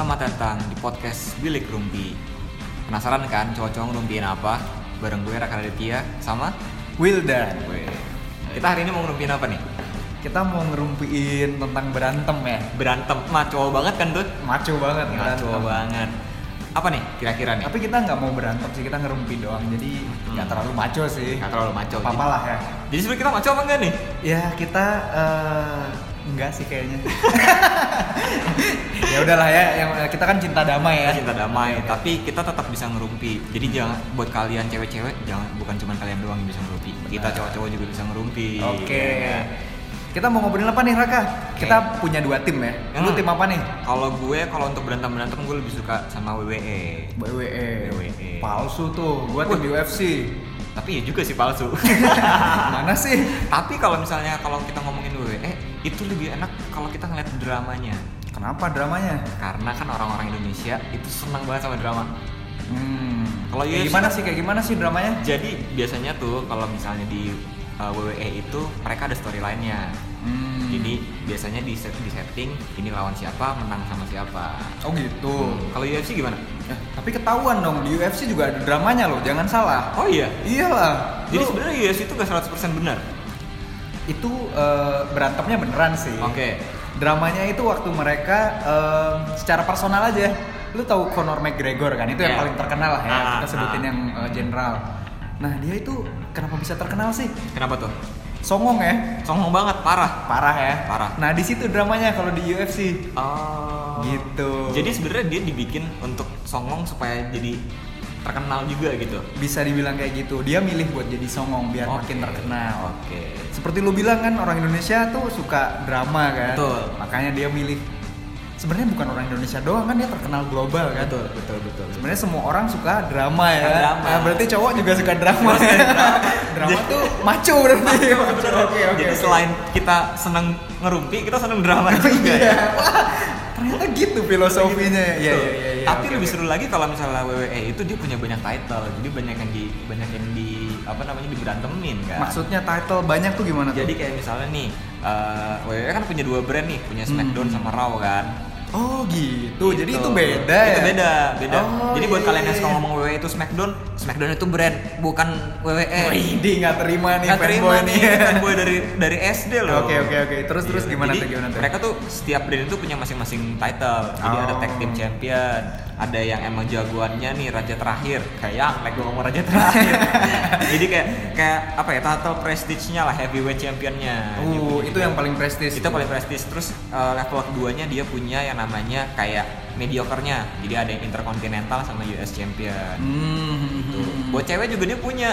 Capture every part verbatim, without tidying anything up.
Selamat datang di podcast Bilik Rumpi. Penasaran kan cowok-cowok ngerumpiin apa? Bareng gue Raka Raditya sama Wildan. Kita hari ini mau ngerumpiin apa nih? Kita mau ngerumpiin tentang berantem ya. Berantem, maco banget kan tuh? Maco banget Maco berantem. banget. Apa nih kira-kira nih? Tapi kita nggak mau berantem sih, kita ngerumpi doang. Jadi nggak Hmm. terlalu maco sih. Nggak terlalu maco. Apa lah ya. Jadi sebenarnya kita maco apa enggak nih? Ya kita uh, enggak sih kayaknya. Ya udahlah ya, yang kita kan cinta damai ya. Kita cinta damai, Oke, oke. tapi kita tetap bisa ngerumpi. Jadi jangan buat kalian cewek-cewek, jangan bukan cuma kalian doang yang bisa ngerumpi. Kita cowok-cowok juga bisa ngerumpi. Oke. Ya. Kita mau ngobrolin apa nih Raka? Oke. Kita punya dua tim ya. Lu Hmm. tim apa nih? Kalau gue, kalau untuk berantem-berantem gue lebih suka sama W W E. W W E. W W E. Palsu tuh. Gua tim Wih. U F C. Tapi ya juga sih palsu. Mana sih? Tapi kalau misalnya kalau kita ngomongin W W E, itu lebih enak kalau kita ngeliat dramanya. Kenapa dramanya? Karena kan orang-orang Indonesia itu senang banget sama drama. Hmm. Kalau Kayak U F C gimana kan- sih? Kayak gimana sih dramanya? Jadi biasanya tuh kalau misalnya di uh, W W E itu mereka ada storyline-nya. Hmm. Jadi biasanya di set di setting ini lawan siapa, menang sama siapa. Oh gitu. Hmm. Kalau U F C gimana? Eh, tapi ketahuan dong, di U F C juga ada dramanya loh, jangan salah. Oh iya. Iyalah. Jadi Lu- sebenarnya U F C itu gak seratus persen benar. itu eh, berantemnya beneran sih. Oke. Dramanya itu waktu mereka eh, secara personal aja. Lu tahu Conor McGregor kan? Itu yang Iya. paling terkenal lah ya. Ah, Kita sebutin ah. yang eh, general. Nah, dia itu kenapa bisa terkenal sih? Kenapa tuh? Songong ya. Songong banget, parah. Parah ya. Parah. Nah, di situ dramanya kalau di U F C. Oh. Gitu. Jadi sebenarnya dia dibikin untuk songong supaya jadi terkenal juga gitu. Bisa dibilang kayak gitu. Dia milih buat jadi songong biar Oke. makin terkenal. Oke. Seperti lu bilang kan, orang Indonesia tuh suka drama kan. Betul. Makanya dia milih. Sebenarnya bukan orang Indonesia doang kan, dia terkenal global kan. Betul, betul, betul. Sebenarnya semua orang suka drama ya. Suka drama. Nah, berarti cowok juga suka drama. Drama tuh maco berarti. Maco. Oke, oke. Jadi oke. selain kita seneng ngerumpi, kita seneng drama juga Iya. ya. Wah, ternyata gitu filosofinya. Iya, Tuh. iya, iya, iya. Tapi Oke, lebih oke. seru lagi kalau misalnya W W E itu dia punya banyak title. Jadi banyak yang di banyak yang di apa namanya diberantemin kan. Maksudnya title banyak tuh gimana tuh? Jadi kayak misalnya nih uh, W W E kan punya dua brand nih, punya SmackDown Hmm. sama Raw kan. Oh gitu. Jadi Gitu. itu beda ya. Itu beda, beda. Oh, Jadi buat iya, kalian yang iya, suka iya. ngomong W W E itu SmackDown, SmackDown itu brand, bukan W W E. Wih, nggak terima nih Nggak terima fanboy nih, fanboy dari dari S D loh. Oke, oke, oke. Terus, terus Iya, gimana jadi tuh, gimana tuh? Mereka tuh setiap brand itu punya masing-masing title. Jadi ada Oh. tag team champion, ada yang emang jagoannya nih raja terakhir. Kayak like gue ngomong raja terakhir. Jadi kayak kayak apa ya, title prestige-nya lah, heavyweight championnya. Dia Uh, punya itu juga. yang paling prestis. Itu paling prestis. Terus uh, level keduanya dia punya yang namanya kayak mediocre-nya. Jadi ada yang intercontinental sama U S champion. Hmm. Gitu. Buat cewek juga dia punya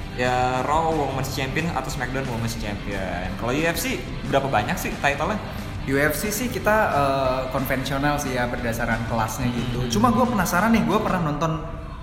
ya Raw Women's Champion atau SmackDown Women's Champion. Kalau U F C berapa banyak sih title-nya? U F C sih kita eh, konvensional sih ya, berdasarkan kelasnya gitu. Hmm. Cuma gue penasaran nih, gue pernah nonton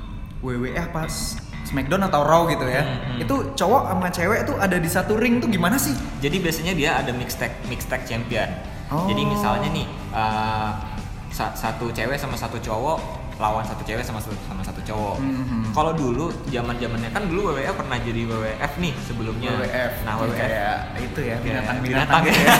W W E apa Smackdown atau Raw gitu ya. Hmm, hmm. Itu cowok sama cewek tuh ada di satu ring tuh gimana sih? Jadi biasanya dia ada mixed tag mixed tag champion. Oh. Jadi misalnya nih uh, sa- satu cewek sama satu cowok lawan satu cewek sama satu sama satu cowok. Hmm. Kalau dulu zaman-zamannya kan dulu W W E pernah jadi W W F nih sebelumnya. W W F. Nah, W W F kayak itu ya, Kayak binatang-binatang binatang gitu ya. ya.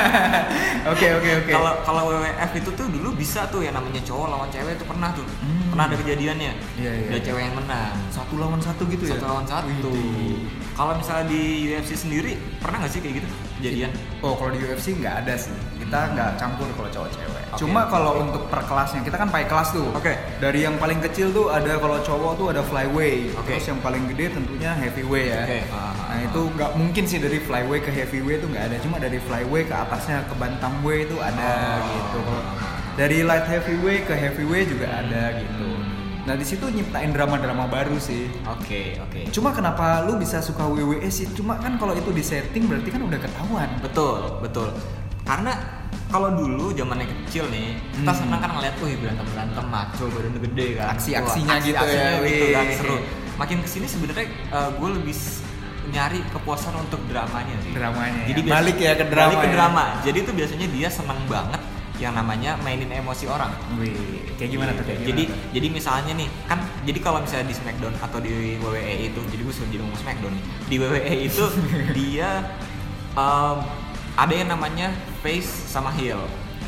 Oke, oke, oke. Kalau kalau W W F itu tuh dulu bisa tuh yang namanya cowok lawan cewek itu pernah tuh. Hmm. Pernah ada kejadiannya. Iya, iya, Ada iya. cewek yang menang. Satu lawan satu gitu ya? Satu lawan satu. Widih. Kalau misalnya di U F C sendiri pernah nggak sih kayak gitu kejadian? Oh, kalau di U F C nggak ada sih. Kita nggak campur kalau cowok cewek. Oke. Cuma kalau untuk per kelasnya, kita kan pakai kelas tuh. Oke. Dari yang paling kecil tuh ada, kalau cowok tuh ada flyweight. Oke. Terus yang paling gede tentunya heavyweight ya. Oke. Nah itu nggak mungkin sih dari flyweight ke heavyweight tuh nggak ada. Cuma dari flyweight ke atasnya ke bantamweight itu ada Oh. gitu. Dari light heavyweight ke heavyweight juga ada gitu. Nah di situ nyiptain drama-drama baru sih. Oke, oke. Cuma kenapa lu bisa suka W W E sih? Cuma kan kalau itu di setting berarti kan udah ketahuan. Betul, betul. Karena kalau dulu zamannya kecil nih, kita Hmm. senang kan ngeliat, wih berantem berantem maco badan gede kan, Aksi-aksinya Wah, gitu aksi-aksinya ya, gitu kan wih. seru. Makin kesini sebenarnya uh, gue lebih s- nyari kepuasan untuk dramanya sih. Dramanya. Jadi ya. biasa- balik ya ke drama. Balik ke ya. drama. Jadi itu biasanya dia senang banget yang namanya mainin emosi orang. Wih, kayak gimana tuh? Kayak gimana jadi tuh? jadi misalnya nih kan, jadi kalau misalnya di SmackDown atau di W W E itu, jadi gue suruh jadi ngomong SmackDown nih. Di W W E itu dia um, ada yang namanya face sama heel.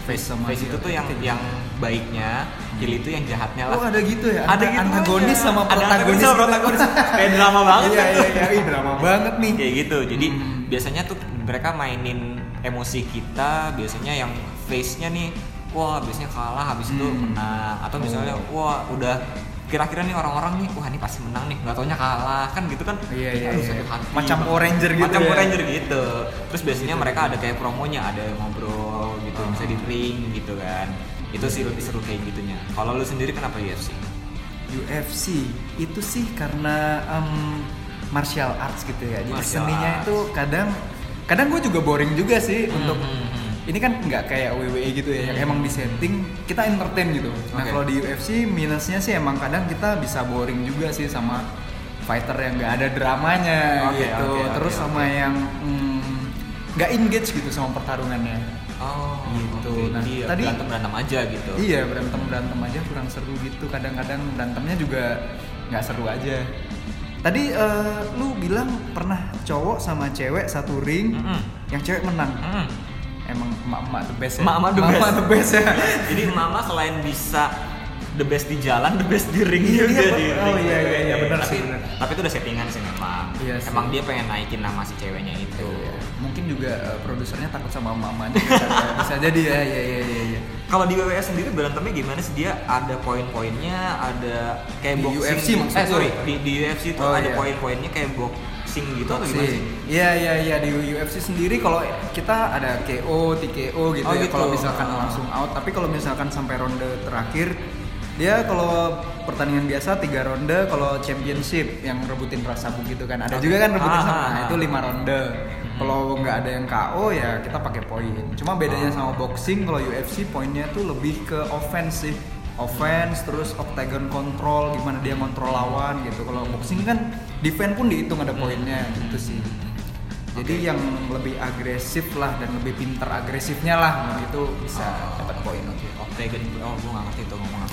face sama face heel. itu tuh yang yang baiknya, heel itu yang jahatnya lah. Oh ada gitu ya? Ada gitu antagonis aja. sama Ada protagonis. sama protagonis. Kayak drama banget. Iya iya iya, ih, drama banget nih. Kayak gitu. Jadi Hmm. biasanya tuh mereka mainin emosi kita, biasanya yang face-nya nih, wah biasanya kalah habis itu Hmm. menang, atau misalnya wah udah kira-kira nih orang-orang nih, wah ini pasti menang nih, nggak taunya kalah kan gitu kan. Iya iya Aduh, iya. sakit hati Macam banget. Power Ranger gitu Macam ya. Power Ranger gitu. Terus biasanya mereka ada kayak promonya, ada yang ngobrol gitu, Oh. bisa di ring gitu kan. Itu sih lebih seru kayak gitunya. Kalau lu sendiri kenapa U F C? U F C itu sih karena um, martial arts gitu ya. Jadi Martial seninya arts. itu kadang kadang gue juga boring juga sih Hmm, untuk hmm, hmm. ini kan nggak kayak W W E gitu ya, yang emang di setting kita entertain gitu. Nah Oke. kalau di U F C minusnya sih emang kadang kita bisa boring juga sih sama fighter yang nggak ada dramanya Oke, gitu. oke, oke, Terus sama oke. yang mm, nggak engage gitu sama pertarungannya. Oh, Gitu. oke. Nah, Jadi ya tadi- berantem berantem aja gitu. Iya berantem berantem aja kurang seru gitu. Kadang-kadang berantemnya juga nggak seru aja. Tadi eh, lu bilang pernah cowok sama cewek satu ring, Mm-mm. yang cewek menang. Mm. Emang emak-emak the best ya. Emak-emak the Emak-emak best. the best ya. Jadi mama selain bisa the best di jalan, the best di ring Iya, juga iya, di oh, ring. iya, iya, iya, benar tapi, sih, benar. Tapi itu udah settingan sih memang. Iya sih. Emang dia pengen naikin nama si ceweknya itu. Iya. Mungkin juga eh, produsernya takut sama emak-emaknya. Bisa- Bisa jadi ya. Iya iya iya iya. Kalau di W W E sendiri berantemnya gimana sih? Dia ada poin-poinnya, ada kayak Di boxing. U F C maksud eh lu? sorry, di, di U F C itu Oh, ada iya. poin-poinnya kayak boxing gitu atau gimana sih? Boxing. Iya iya iya di U F C sendiri kalau kita ada K O, T K O gitu Oh, ya. gitu. Kalau misalkan Ah. langsung out, tapi kalau misalkan sampai ronde terakhir dia kalau pertandingan biasa tiga ronde, kalau championship yang rebutin ras sabuk gitu kan. Ada Oke. juga kan rebutin Ah, sabuk. ah, Nah, ah. itu lima ronde. Kalau nggak ada yang K O ya kita pakai poin. Cuma bedanya Oh. sama boxing, kalau U F C poinnya tuh lebih ke offense sih. Offense terus octagon control, gimana dia kontrol lawan gitu. Kalau boxing kan defense pun dihitung ada poinnya gitu sih. Jadi Oke. yang lebih agresif lah dan lebih pintar agresifnya lah nah, itu bisa Oh, dapat poin. Oke, Octagon. Oh, gua nggak ngerti tuh ngomong apa.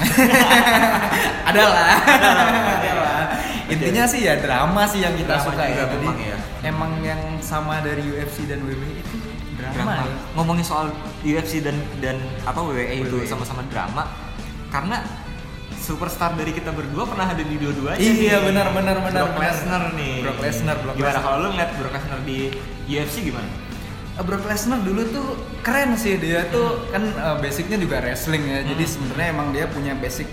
Ada lah. Ada lah. Intinya sih ya drama sih yang kita Drama suka juga ya. Jadi memang ya. emang yang sama dari U F C dan W W E itu drama. Drama. Ya. Ngomongin soal U F C dan dan apa W W E itu W W E. sama-sama drama karena superstar dari kita berdua pernah ada di dua-duanya. Iya, nih. benar, benar, benar, Brock benar. Lesnar nih. Brock Lesnar, Brock Gimana Lesnar. kalau lu ngeliat Brock Lesnar di U F C gimana? Uh, Brock Lesnar dulu tuh keren sih, dia tuh kan uh, basicnya juga wrestling ya. Jadi Hmm. sebenarnya emang dia punya basic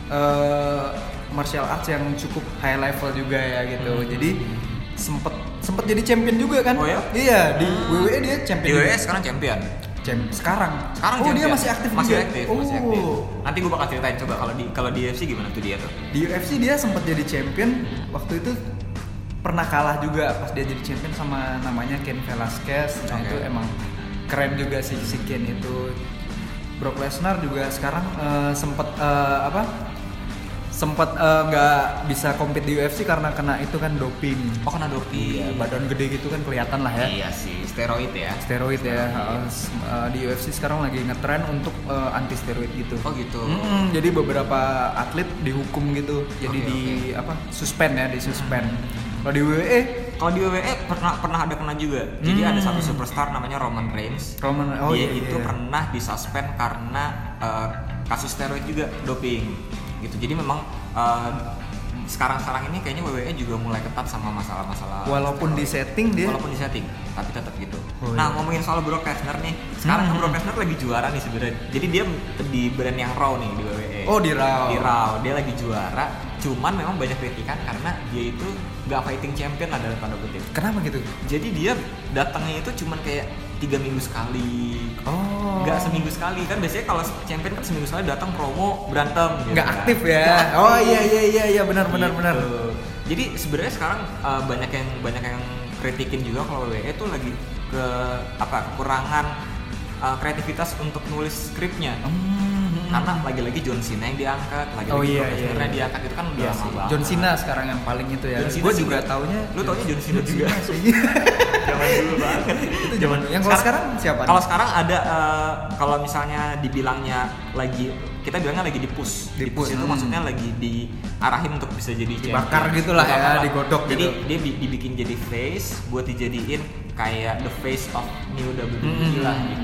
uh, martial arts yang cukup high level juga ya gitu. Hmm. Jadi sempet sempet jadi champion juga kan? Oh ya? Iya, di Hmm. W W E dia Di champion. W W E juga. sekarang champion. Champ- sekarang. Sekarang oh, dia champion. masih aktif masih juga. aktif, oh. masih aktif. Nanti gua bakal ceritain coba kalau di kalau di U F C gimana tuh dia tuh. Di U F C dia sempat jadi champion. Waktu itu pernah kalah juga pas dia jadi champion sama namanya Ken Velasquez. Nah, Oke. itu emang keren juga sih si Ken itu. Brock Lesnar juga sekarang eh, sempet eh, apa? Sempet eh, nggak bisa compete di U F C karena kena itu kan doping. Oh, kena doping. Iya, badan gede gitu kan kelihatan lah ya. Iya sih, steroid ya. Steroid ya. Harus, eh, di U F C sekarang lagi ngetren untuk anti steroid gitu. Oh gitu. Mm-mm, jadi beberapa atlet dihukum gitu, jadi Oke, di apa suspend ya, di suspend. Kalau di W W E, Kalau di W W E pernah pernah ada kena juga. Jadi Hmm. ada satu superstar namanya Roman Reigns. Roman, oh dia iya, itu iya. pernah disuspend karena uh, kasus steroid juga, doping gitu. Jadi memang uh, sekarang-sekarang ini kayaknya W W E juga mulai ketat sama masalah-masalah Walaupun steroid. di setting dia- walaupun di setting tapi tetap gitu. Oh, Nah, iya. ngomongin soal Brock Lesnar nih. Sekarang Hmm. Brock Lesnar lagi juara nih sebenarnya. Jadi dia di brand yang Raw nih di W W E. Oh, di Raw. Di Raw dia lagi juara. Cuman memang banyak kritikan karena dia itu nggak fighting champion lah dalam tanda kutip. kenapa gitu? Jadi dia datangnya itu cuman kayak tiga minggu sekali, Oh, nggak seminggu sekali kan biasanya kalau champion kan seminggu sekali datang promo berantem. gitu nggak kan. aktif ya? Nggak aktif. Oh iya iya iya iya benar benar Gitu. benar. Jadi sebenarnya sekarang uh, banyak yang banyak yang kritikin juga kalau W W E itu lagi ke apa kekurangan uh, kreativitas untuk nulis skripnya. Hmm. Karena lagi-lagi John Cena yang diangkat, lagi-lagi Oh, iya, Brock iya, Lesnar yang iya. diangkat itu kan udah Iya lama sih. banget. John Cena sekarang yang paling itu ya. John Cena Gue sih juga gua- taunya. lu taunya John Cena juga. sih. Zaman dulu banget. Itu zaman dulu. Yang kalau sekarang siapa? Kalau sekarang ada uh, kalau misalnya dibilangnya lagi kita bilangnya lagi di push. Di Di-push, push itu hmm. maksudnya lagi diarahin untuk bisa jadi Dibakar champion. gitulah ya, Dibakar. digodok Jadi gitu. dia di- dibikin jadi face buat dijadiin kayak the face of new W W E Hmm. lah gitu. Jadi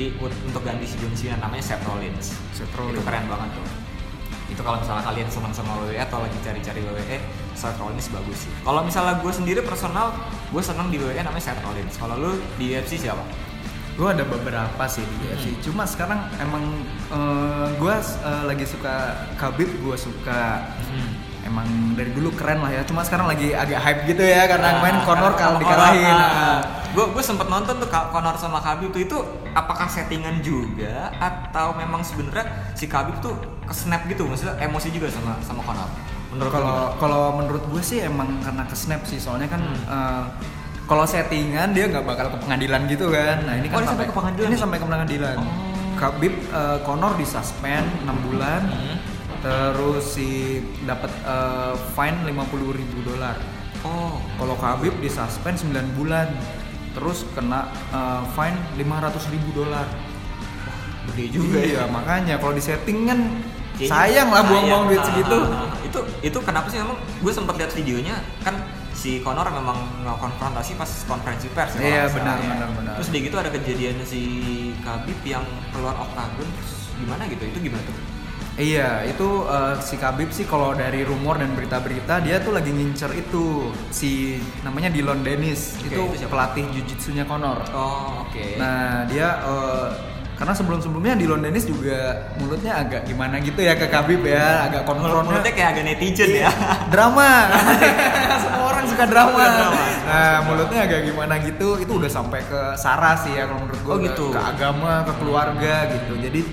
Jadi untuk ganti si John Cena namanya Seth Rollins. Seth Rollins. Itu keren banget tuh. Itu kalau misalnya kalian senang sama W W E atau lagi cari-cari W W E, Seth Rollins bagus sih. Kalau misalnya gue sendiri personal, gue senang di W W E namanya Seth Rollins. Kalau lu di U F C siapa? Gue ada beberapa sih di U F C. Hmm. Cuma sekarang emang uh, gue uh, lagi suka Khabib, gue suka. Hmm. Emang dari dulu keren lah ya. Cuma sekarang lagi agak hype gitu ya karena nah, main Conor kalau dikalahin. Gue gue sempet nonton tuh Conor sama Khabib tuh, itu apakah settingan juga atau memang sebenarnya si Khabib tuh kesnap gitu, maksudnya emosi juga sama sama Conor? Menurut kalau kalau menurut gue sih emang karena kesnap sih, soalnya kan hmm. uh, kalau settingan dia nggak bakal ke pengadilan gitu kan. Nah ini kan oh, sampai ke pengadilan. Ini sampai ke pengadilan. Oh. Khabib uh, Conor disuspend enam bulan. Hmm. Terus si dapat uh, fine lima puluh ribu dolar. Oh, kalau Khabib disuspend sembilan bulan. Terus kena uh, fine lima ratus ribu dolar. Wah, gede juga iya, ya. Makanya kalau di setting kan kayaknya sayang lah buang-buang duit segitu. Itu itu kenapa sih emang? Gue sempat lihat videonya kan si Conor memang ngekonfrontasi pas konferensi pers. Iya, benar, benar, benar. Terus dia gitu ada kejadian si Khabib yang keluar oktagon, terus gimana gitu? Itu gimana tuh? Iya, itu uh, si Khabib sih kalau dari rumor dan berita-berita dia tuh lagi ngincer itu si namanya Dillon Danis, okay, itu, itu pelatih jiu-jitsunya Conor. Oh, oke. Okay. Nah, dia uh, karena sebelum-sebelumnya Dillon Danis juga mulutnya agak gimana gitu ya ke Khabib ya, agak konfrontnya. Mulutnya kayak agak netizen ya. Drama. Semua orang suka drama. Nah, mulutnya agak gimana gitu, itu udah sampai ke sara sih ya kalau menurut gue. Oh, gitu. Ke, ke agama, ke keluarga gitu. Jadi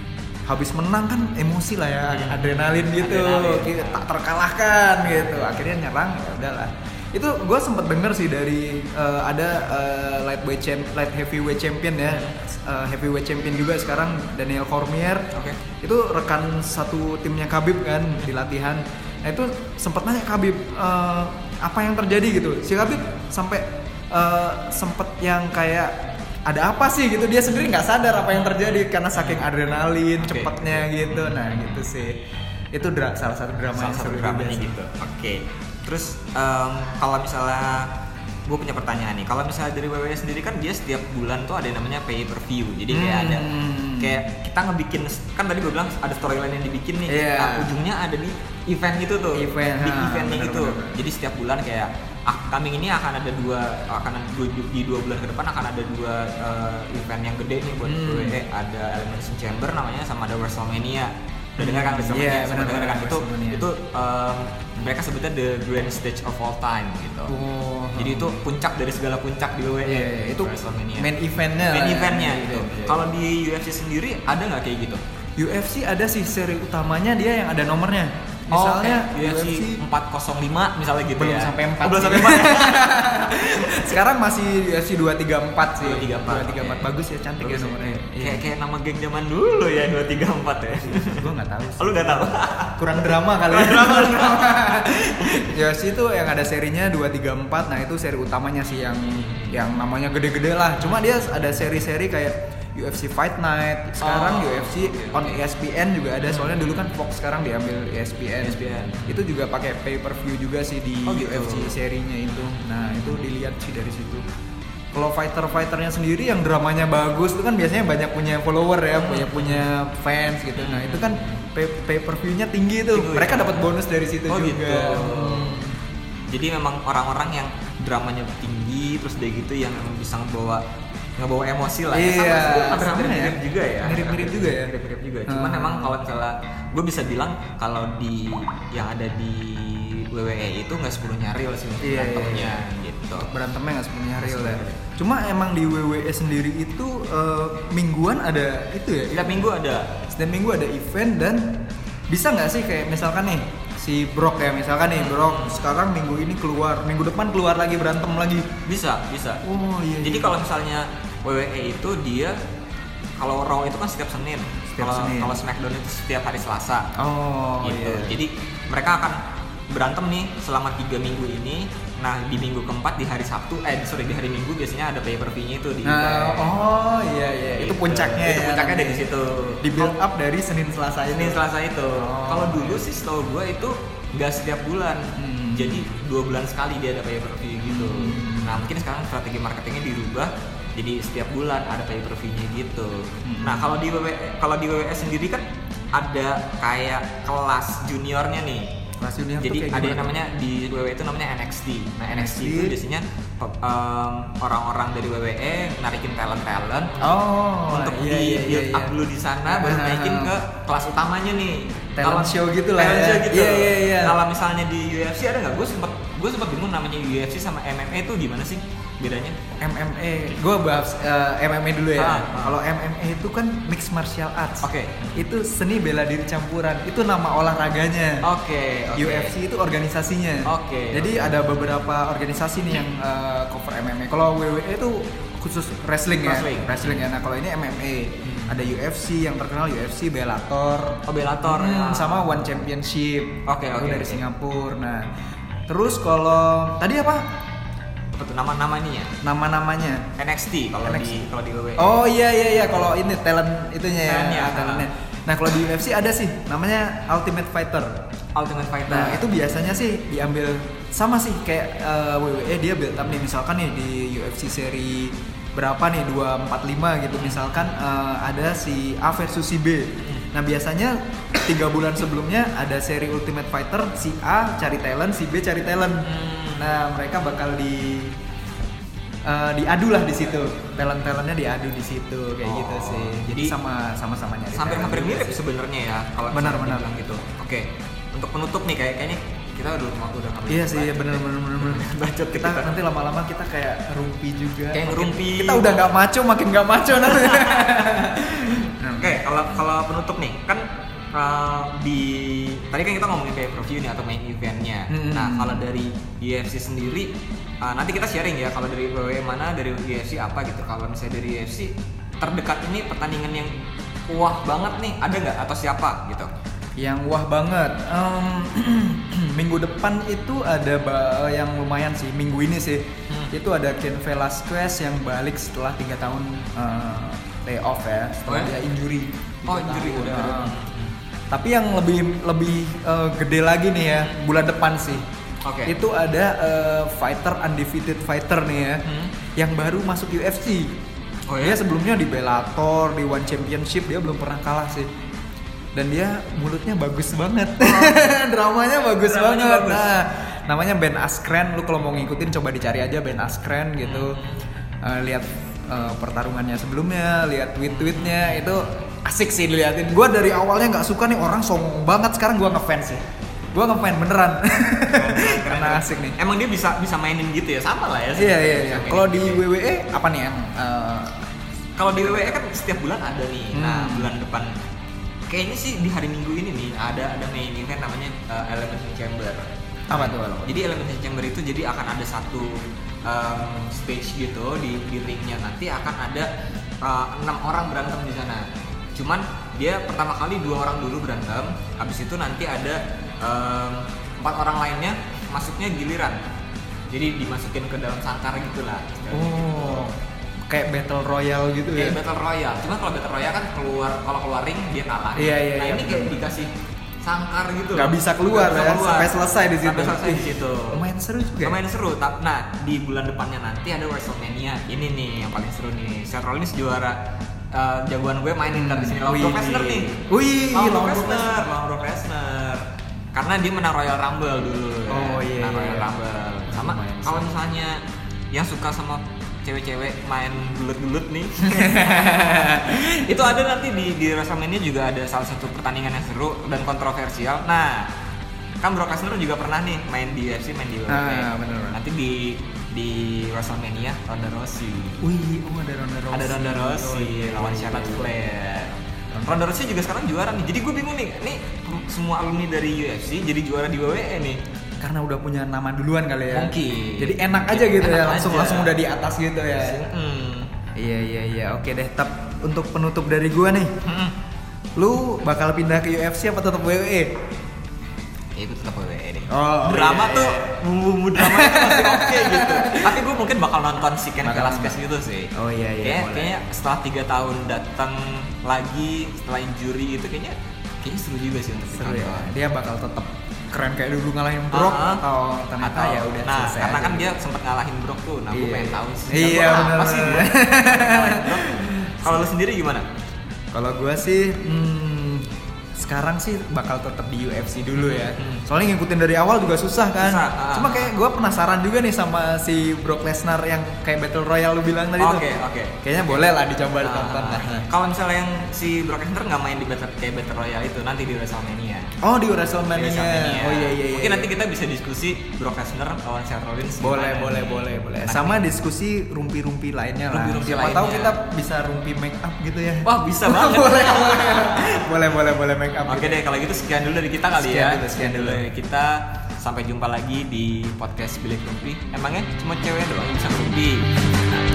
habis menang kan emosi lah ya, hmm. adrenalin gitu, adrenalin. Tak terkalahkan gitu, akhirnya nyerang, ya udahlah. Itu gue sempet denger sih dari uh, ada uh, lightweight champ, light heavyweight champion ya, uh, heavyweight champion juga sekarang Daniel Cormier. Okay. Itu rekan satu timnya Khabib kan di latihan. Nah itu sempet nanya Khabib uh, apa yang terjadi gitu. Si Khabib sampai uh, sempet yang kayak ada apa sih gitu, dia sendiri nggak sadar apa yang terjadi karena saking adrenalin, okay, cepetnya okay. gitu. Nah gitu sih, itu dra- salah satu drama salah yang seru juga gitu. Oke, okay. Terus um, kalau misalnya gue punya pertanyaan nih, kalau misalnya dari W W E sendiri kan dia setiap bulan tuh ada yang namanya pay per view, jadi kayak hmm. ada kayak kita ngebikin, kan tadi gue bilang ada storyline yang dibikin nih, yeah. Nah, ujungnya ada di event gitu tuh, event, di ha, eventnya bener, gitu, bener, bener. Jadi setiap bulan kayak ah, kami ini akan ada dua akan ada dua, di dua bulan ke depan akan ada dua uh, event yang gede nih buat hmm. W W E, ada Elimination Chamber namanya sama ada WrestleMania. Udah dengar kan WrestleMania? Yeah, sama dengar kan itu itu um, mereka sebutnya the grand stage of all time gitu. Oh. Jadi itu puncak dari segala puncak di W W E. Yeah, yeah, itu WrestleMania. Main eventnya. Main eventnya gitu. Yeah. Kalau di U F C sendiri ada nggak kayak gitu? U F C ada sih seri utamanya dia yang ada nomornya. Misalnya oh, U F C empat nol lima misalnya gitu belum ya. Sampai empat oh, belum sampai empat. Sekarang masih U F C dua tiga empat sih. dua tiga empat. dua tiga empat okay. Bagus ya, cantik bagus ya nomornya. Kayak yeah. kayak nama geng zaman dulu ya dua tiga empat ya. Gua enggak tahu sih. Oh, lu enggak tahu. Kurang drama kali ya. Drama, drama. U F C itu yang ada serinya dua tiga empat. Nah, itu seri utamanya sih yang hmm. yang namanya gede-gede lah. Cuma dia ada seri-seri kayak U F C Fight Night, sekarang oh, U F C okay, on E S P N juga ada, soalnya dulu kan Fox, sekarang diambil E S P N. E S P N. Itu juga pakai pay per view juga sih di oh, gitu. U F C serinya itu. Nah itu dilihat sih dari situ. Kalau fighter-fighternya sendiri yang dramanya bagus itu kan biasanya banyak punya follower ya, banyak punya fans gitu. Nah itu kan pay, pay per view-nya tinggi tuh. Tinggi, mereka ya? Dapat bonus dari situ oh, juga. Gitu. Hmm. Jadi memang orang-orang yang dramanya tinggi terus dia gitu yang bisa ngebawa ngebawa emosi lah iya, ya, sama mirip ya. juga ya mirip-mirip juga ya mirip-mirip juga cuman hmm. emang kalau misalnya gue bisa bilang kalau di yang ada di W W E itu nggak sepenuhnya real sih iya, berantemnya iya. gitu berantemnya nggak sepenuhnya real ya cuma emang di W W E sendiri itu uh, mingguan ada itu ya setiap minggu ada setiap minggu ada event dan bisa nggak sih kayak misalkan nih si Brock ya misalkan nih Brock sekarang minggu ini keluar minggu depan keluar lagi berantem lagi bisa bisa oh iya jadi iya. Kalau misalnya W W E itu dia kalau Raw itu kan setiap Senin kalau kalau SmackDown itu setiap hari Selasa oh gitu iya. Jadi mereka akan berantem nih selama tiga minggu ini. Nah di minggu keempat di hari Sabtu eh sorry di hari Minggu biasanya ada pay per view-nya itu di nah, oh iya iya itu, itu puncaknya itu ya, puncaknya dari situ di build up dari Senin Selasa Senin Selasa itu oh, kalau dulu iya. sih setahu gue itu nggak setiap bulan hmm. jadi dua bulan sekali dia ada pay per view gitu hmm. Nah mungkin sekarang strategi marketingnya dirubah Jadi setiap bulan ada pay per view-nya gitu. Hmm. Nah, kalau di W W E, kalau di W W E sendiri kan ada kayak kelas juniornya nih. Kelas junior Jadi tuh kayak ada yang gimana? namanya di W W E itu namanya N X T. Nah, N X T, N X T itu biasanya um, orang-orang dari W W E narikin talent-talent Oh, untuk iya, di iya, build iya, up iya. dulu di sana, baru Ah. naikin ke kelas utamanya nih. Talent show gitu lah talent ya. show gitu. Iya, iya, iya. Kalau misalnya di U F C ada nggak? Gue sempet gue sempet bingung namanya U F C sama M M A itu gimana sih bedanya? M M A, gue bahas uh, M M A dulu ya. Ah, ah. Kalau M M A itu kan mixed martial arts. Oke. Itu seni bela diri campuran. Itu nama olahraganya. Oke. oke. U F C itu organisasinya. Oke, Jadi oke. ada beberapa organisasi nih yang uh, cover M M A. Kalau W W E itu khusus wrestling ya. Wrestling. Wrestling ya. Nah kalau ini M M A. Hmm. Ada U F C yang terkenal U F C, Bellator. Oh, Bellator, Hmm, ya. sama One Championship. Oke, Itu oke, dari oke. Singapura. Nah terus kalau tadi apa? Apa tuh nama-nama ininya? Nama-namanya. N X T kalau N X T. di kalau di W W E. Oh iya iya iya kalau ini talent itunya ya, Talentnya, talentnya. Nah kalau di U F C ada sih namanya Ultimate Fighter. Ultimate Fighter. Nah itu biasanya sih diambil sama sih kayak uh, W W E dia build up nih misalkan nih di U F C seri berapa nih dua empat lima gitu misalkan uh, ada si A versus si B. Nah biasanya tiga bulan sebelumnya ada seri Ultimate Fighter, si A cari talent, si B cari talent. Hmm. Nah mereka bakal di uh, diadu lah di situ, talent-talentnya diadu di situ kayak Oh, gitu sih. Jadi jadi sama sama-sama nyari. hampir-hampir talent mirip sih. sebenarnya ya kalau Benar, misalnya benar. dibilang gitu. Oke. Untuk penutup nih kayak kayaknya kita udah udah udah nggak Iya banyak sih, bacot. bener bener bener bener. Bacot kita, kita. nanti lama-lama kita kayak ngerumpi juga. Kayak Makin- ngerumpi. Kita udah nggak maco, makin nggak maco nanti. Oke, kalau kalau penutup nih kan uh, di tadi kan kita ngomongin pay per view nih atau main eventnya. Hmm. Nah kalau dari U F C sendiri uh, nanti kita sharing ya kalau dari W W E mana, dari U F C apa gitu. Kalau misalnya dari U F C terdekat ini pertandingan yang wah banget nih ada nggak atau siapa gitu? Yang wah banget. Em, minggu depan itu ada ba- yang lumayan sih. Minggu ini sih. Hmm. Itu ada Ken Velasquez yang balik setelah tiga tahun uh, lay off ya. Setelah Oh ya? dia injury. Oh Tiga injury tahun. udah. Nah. udah. Tapi yang lebih lebih uh, gede lagi nih ya bulan depan sih. Oke. Itu ada uh, fighter undefeated fighter nih ya, Hmm. yang baru masuk U F C. Oh ya? Dia sebelumnya di Bellator, di One Championship dia belum pernah kalah sih. Dan dia mulutnya bagus banget, dramanya bagus Dramanya banget. bagus. Nah, namanya Ben Askren. Lu kalau mau ngikutin coba dicari aja Ben Askren gitu. Uh, lihat uh, pertarungannya sebelumnya, lihat tweet-tweetnya itu asik sih diliatin. Gua dari awalnya nggak suka nih orang songong banget, sekarang gua ngefans sih. Gua ngefans beneran. Karena asik nih. Emang dia bisa bisa mainin gitu ya, sama lah ya. Iya iya iya. Bisa Kalau mainin di gitu. W W E apa nih yang uh, Kalau di W W E kan setiap bulan ada nih. Nah, Hmm. bulan depan kayaknya sih di hari Minggu ini nih ada ada main event namanya uh, Elimination Chamber. apa tuh? Apa? Jadi Elimination Chamber itu jadi akan ada satu um, stage gitu di, di ringnya, nanti akan ada uh, enam orang berantem di sana. Cuman dia pertama kali dua orang dulu berantem, habis itu nanti ada um, empat orang lainnya masuknya giliran. Jadi dimasukin ke dalam sangkar gitulah. Oh, kayak battle royale gitu ya? Kayak battle royale. Cuma kalau battle royale kan keluar kalau keluar ring dia kalah. Iya, iya, Nah iya, ini kayak betul. dikasih sangkar gitu. Nggak loh. bisa keluar Nggak ya, sampai selesai di situ. Sampai selesai di situ. Lumayan seru juga. Lumayan seru. Ta- Nah di bulan depannya nanti ada WrestleMania. Ini nih yang paling seru nih. Seth Rollins juara. Uh, jagoan gue mainin dari sini lawan Wih. Brock Lesnar nih. Wih, lawan Brock lawan Brock Lesnar, lawan Brock Lesnar. Karena dia menang Royal Rumble dulu. ya. Oh, iya, Menang Royal iya. Rumble. Sama Lumayan kalau seru. misalnya yang suka sama cewek-cewek main gelut-gelut nih. Itu ada nanti di di WrestleMania juga ada salah satu pertandingan yang seru dan kontroversial. Nah, kan Brock Lesnar juga pernah nih main di U F C, main di W W E. Ah, bener, bener. Nanti di di WrestleMania Ronda Rousey. Wih, oh ada Ronda Rousey. Ada Ronda Oh, Rousey iya, lawan iya, Charlotte iya. Flair. Ronda Rousey juga sekarang juara nih. Jadi gue bingung nih, nih semua alumni dari U F C jadi juara di W W E nih. Karena udah punya nama duluan kali ya. Mungkin. Jadi enak aja gitu Enak ya, langsung aja. langsung udah di atas gitu ya. Hmm. Iya iya iya, oke deh. Tep untuk penutup dari gua nih, Hmm. lu bakal pindah ke U F C apa tetap W W E? Ya gue tetap W W E deh. Oh, Drama iya, tuh iya. bumbu-bumbu dramanya tuh masih oke gitu. Tapi gue mungkin bakal nonton si Ken Bakal Velasquez nonton. gitu sih. Oh, iya, iya, Kayak, boleh. kayaknya setelah tiga tahun datang lagi setelah injury itu kayaknya kayaknya seru juga sih untuk Seru ya. ditonton. Dia bakal tetap keren kayak dulu ngalahin Brock uh-huh. atau ternyata atau, ya udah nah selesai karena aja. kan dia sempat ngalahin Brock tuh, nah gue Iya. pengen tahu sih Iya, apa bener, sih bener. dia ngalahin Brock. Kalau lu sendiri gimana? Kalau gue sih hmm, sekarang sih bakal tetap di U F C dulu ya. Hmm. Soalnya ngikutin dari awal juga susah kan. Susah, ah. Cuma kayak gue penasaran juga nih sama si Brock Lesnar yang kayak Battle Royale lu bilang tadi tuh. Oke, oke. Kayaknya boleh lah dicoba Nah, ditonton lah. kalau misalnya yang si Brock Lesnar nggak main di battle kayak Battle Royale itu nanti di WrestleMania. Oh di Di WrestleMania. WrestleMania. Oh iya iya iya. Mungkin nanti kita bisa diskusi Brock Lesnar lawan Seth Rollins. boleh gimana boleh nih. boleh boleh. Nah, Sama nih. diskusi rumpi-rumpi lainnya lah. Rumpi-rumpi Siapa tahu lainnya. kita bisa rumpi make up gitu ya. Wah bisa banget. boleh boleh. boleh boleh boleh make up. Oke gitu. deh kalau gitu sekian dulu dari kita kali Sekian ya. dulu, sekian dulu. dari kita. Sampai jumpa lagi di podcast Bilik Rumpi. Emangnya cuma cewek doang yang bisa rumpi? Nah,